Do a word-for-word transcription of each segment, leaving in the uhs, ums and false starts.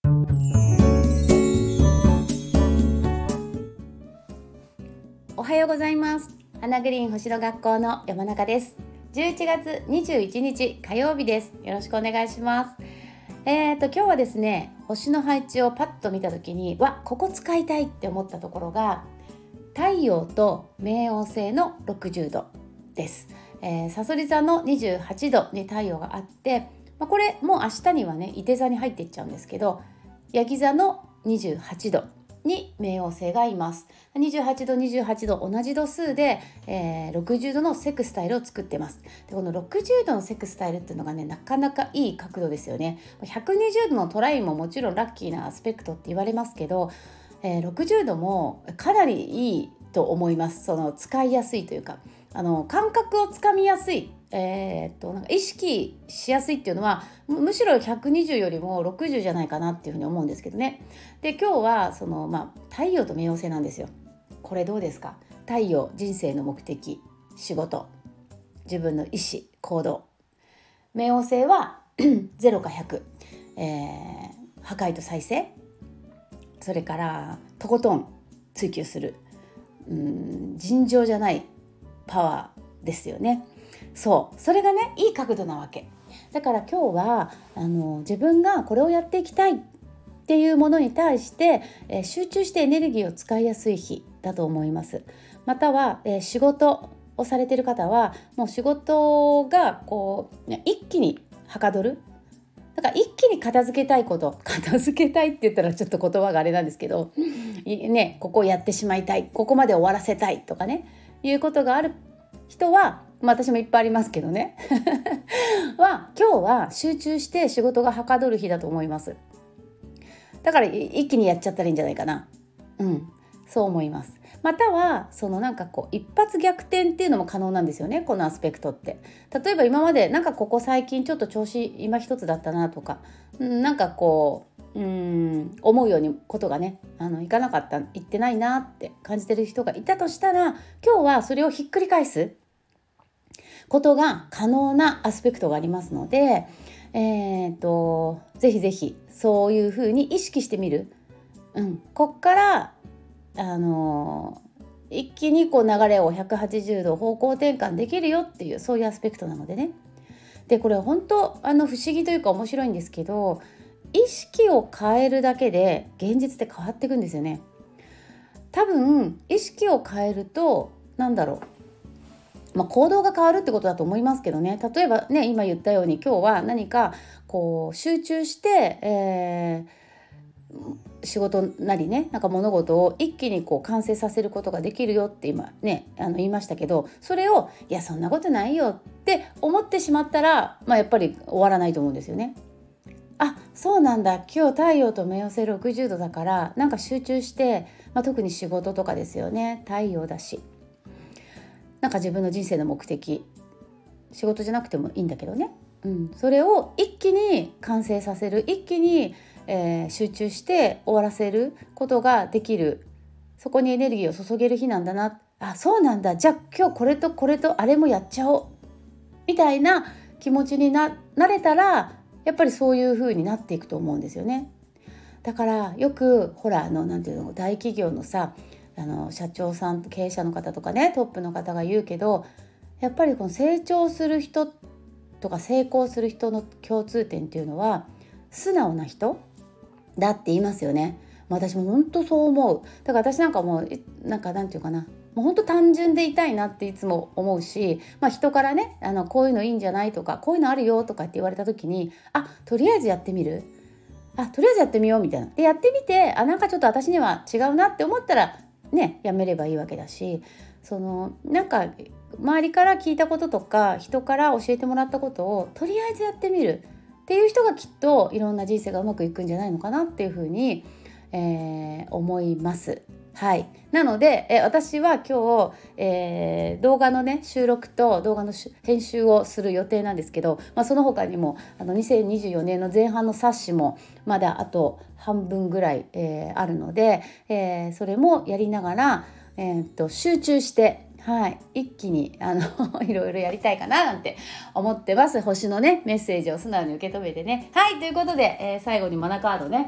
おはようございます。花グリーン星の学校の山中です。じゅういちがつにじゅういちにち火曜日です。よろしくお願いします。えーと今日はですね、星の配置をパッと見た時にわここ使いたいって思ったところが太陽と冥王星のろくじゅうどです。えー、さそり座のにじゅうはちどに太陽があって、まあ、これもう明日にはねいて座に入っていっちゃうんですけど、ヤギ座のにじゅうはちどに冥王星がいます。にじゅうはちどにじゅうはちど同じ度数で、えー、ろくじゅうどのセクスタイルを作ってます。でこのろくじゅうどのセクスタイルっていうのがねなかなかいい角度ですよね。ひゃくにじゅうどのトラインももちろんラッキーなアスペクトって言われますけど、えー、ろくじゅうどもかなりいいと思います。その使いやすいというか、あの感覚をつかみやすい、えー、っとなんか意識しやすいっていうのはむしろひゃくにじゅうよりもろくじゅうじゃないかなっていうふうに思うんですけどね。で今日はその、まあ、太陽と冥王星なんですよ。これどうですか？太陽、人生の目的、仕事、自分の意思、行動。冥王星はゼロかひゃく、えー、破壊と再生、それからとことん追求する、うーん尋常じゃないパワーですよね。そうそれがねいい角度なわけだから、今日はあの自分がこれをやっていきたいっていうものに対して、えー、集中してエネルギーを使いやすい日だと思います。または、えー、仕事をされている方はもう仕事がこう一気にはかどる、だから一気に片付けたいこと片付けたいって言ったらちょっと言葉があれなんですけどね、ここをやってしまいたい、ここまで終わらせたいとかねいうことがある人は、まあ、私もいっぱいありますけどねは今日は集中して仕事がはかどる日だと思います。だから一気にやっちゃったらいいんじゃないかな。うんそう思います。またはそのなんかこう一発逆転っていうのも可能なんですよね、このアスペクトって。例えば今までなんかここ最近ちょっと調子今一つだったなとか、なんかこううーん思うようにことがねあのいかなかった、いってないなって感じてる人がいたとしたら、今日はそれをひっくり返すことが可能なアスペクトがありますので、えー、とぜひぜひそういうふうに意識してみる。うん、こっからあの一気にこう流れをひゃくはちじゅうど方向転換できるよっていう、そういうアスペクトなのでね。でこれ本当あの不思議というか面白いんですけど、意識を変えるだけで現実って変わっていくんですよね。多分意識を変えるとなんだろう、まあ、行動が変わるってことだと思いますけどね。例えばね今言ったように今日は何かこう集中して、えー仕事なりねなんか物事を一気にこう完成させることができるよって今ねあの言いましたけど、それをいやそんなことないよって思ってしまったら、まあ、やっぱり終わらないと思うんですよね。あ、そうなんだ、今日太陽と冥王星ろくじゅうどだからなんか集中して、まあ、特に仕事とかですよね、太陽だしなんか自分の人生の目的、仕事じゃなくてもいいんだけどね、うん、それを一気に完成させる、一気にえー、集中して終わらせることができる、そこにエネルギーを注げる日なんだな、あそうなんだ、じゃあ今日これとこれとあれもやっちゃおうみたいな気持ちに な, なれたらやっぱりそういう風になっていくと思うんですよね。だからよくほらあのなんていうの大企業のさあの社長さん経営者の方とかねトップの方が言うけど、やっぱりこの成長する人とか成功する人の共通点っていうのは素直な人だって言いますよね。私も本当そう思う。だから私なんかもうなんかなんていうかな、もう本当単純でいたいなっていつも思うし、まあ、人からねあのこういうのいいんじゃないとかこういうのあるよとかって言われた時に、あとりあえずやってみる、あとりあえずやってみようみたいなでやってみて、あなんかちょっと私には違うなって思ったらねやめればいいわけだし、そのなんか周りから聞いたこととか人から教えてもらったことをとりあえずやってみるっていう人がきっといろんな人生がうまくいくんじゃないのかなっていうふうに、えー、思います。はい、なのでえ私は今日、えー、動画のね収録と動画の編集をする予定なんですけど、まあ、その他にもあのにせんにじゅうよねんの前半の冊子もまだあと半分ぐらい、えー、あるので、えー、それもやりながら、えー、っと集中してはい、一気にあのいろいろやりたいかななんて思ってます。星のねメッセージを素直に受け止めてね。はいということで、えー、最後にマナカードね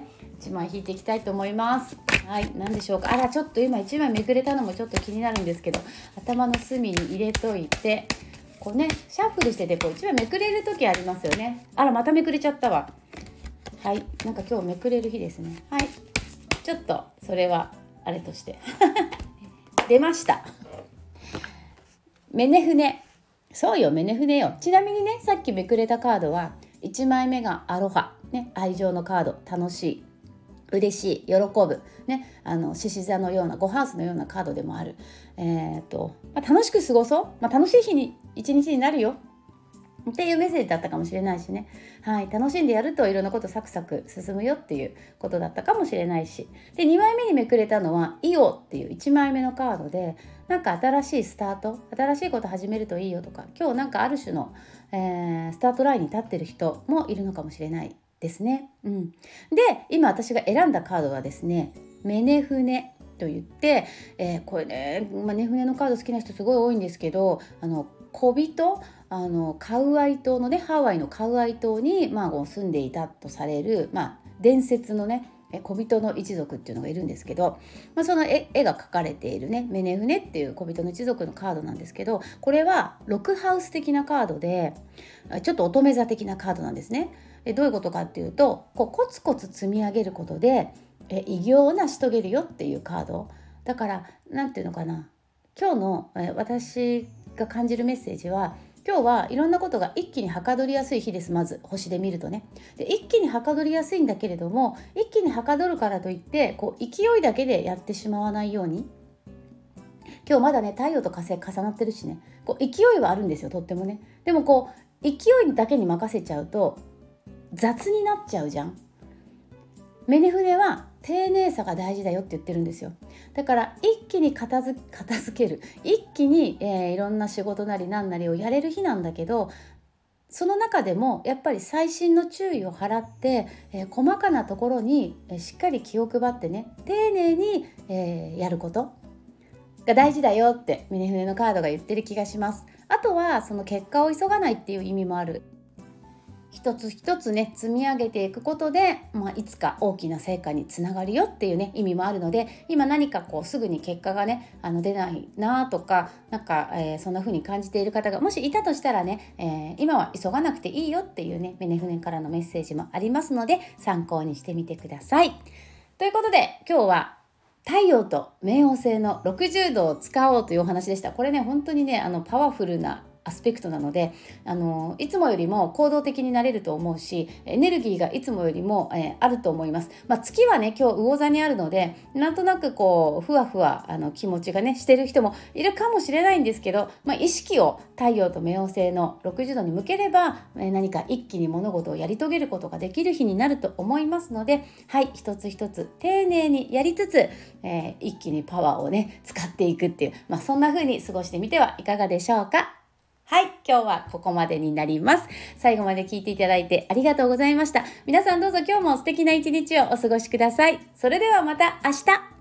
いちまい引いていきたいと思います。はい、何でしょうか。あら、ちょっと今いちまいめくれたのもちょっと気になるんですけど、頭の隅に入れといて、こうね、シャッフルしててこういちまいめくれる時ありますよね。あら、まためくれちゃったわ。はい、なんか今日めくれる日ですね。はい、ちょっとそれはあれとして出ました。メネ船。そうよ、メネ船よ。ちなみにね、さっきめくれたカードはいちまいめがアロハ、ね、愛情のカード、楽しい、嬉しい、喜ぶ、ね、あの獅子座のようなゴハウスのようなカードでもある。えーとまあ、楽しく過ごそう、まあ、楽しい日に一日になるよっていうメッセージだったかもしれないしね、はい、楽しんでやるといろんなことサクサク進むよっていうことだったかもしれないし、でにまいめにめくれたのはイオっていういちまいめのカードで、なんか新しいスタート、新しいこと始めるといいよとか、今日なんかある種の、えー、スタートラインに立ってる人もいるのかもしれないですね。うん、で今私が選んだカードはですね、メネ船と言って、えー、これね、まあ、値船のカード好きな人すごい多いんですけど、あの小人、あのカウアイ島のね、ハワイのカウアイ島に、まあ、住んでいたとされる、まあ、伝説のね小人の一族っていうのがいるんですけど、まあ、その 絵, 絵が描かれているねメネ船っていう小人の一族のカードなんですけど、これはロクハウス的なカードで、ちょっと乙女座的なカードなんですね。どういうことかっていうと、こうコツコツ積み上げることでえ偉業を成し遂げるよっていうカードだから、なんていうのかな、今日のえ私が感じるメッセージは、今日はいろんなことが一気にはかどりやすい日です。まず星で見るとね、で一気にはかどりやすいんだけれども、一気にはかどるからといってこう勢いだけでやってしまわないように。今日まだね太陽と火星重なってるしね、こう勢いはあるんですよ、とってもね。でもこう勢いだけに任せちゃうと雑になっちゃうじゃん。メネ船は丁寧さが大事だよって言ってるんですよ。だから一気に片付片付ける、一気に、えー、いろんな仕事なり何なりをやれる日なんだけど、その中でもやっぱり細心の注意を払って、えー、細かなところに、えー、しっかり気を配ってね、丁寧に、えー、やることが大事だよってメネ船のカードが言ってる気がします。あとはその結果を急がないっていう意味もある。一つ一つね積み上げていくことで、まあ、いつか大きな成果につながるよっていうね意味もあるので、今何かこうすぐに結果がねあの出ないなとか、なんか、えー、そんな風に感じている方がもしいたとしたらね、えー、今は急がなくていいよっていうねメネ船からのメッセージもありますので、参考にしてみてください。ということで今日は太陽と冥王星のろくじゅうどを使おうというお話でした。これね本当にねあのパワフルなアスペクトなので、あのいつもよりも行動的になれると思うし、エネルギーがいつもよりも、えー、あると思います。まあ、月はね今日魚座にあるので、なんとなくこうふわふわあの気持ちがねしてる人もいるかもしれないんですけど、まあ、意識を太陽と冥王星のろくじゅうどに向ければ、えー、何か一気に物事をやり遂げることができる日になると思いますので、はい一つ一つ丁寧にやりつつ、えー、一気にパワーをね使っていくっていう、まあ、そんな風に過ごしてみてはいかがでしょうか。はい、今日はここまでになります。最後まで聞いていただいてありがとうございました。皆さんどうぞ今日も素敵な一日をお過ごしください。それではまた明日。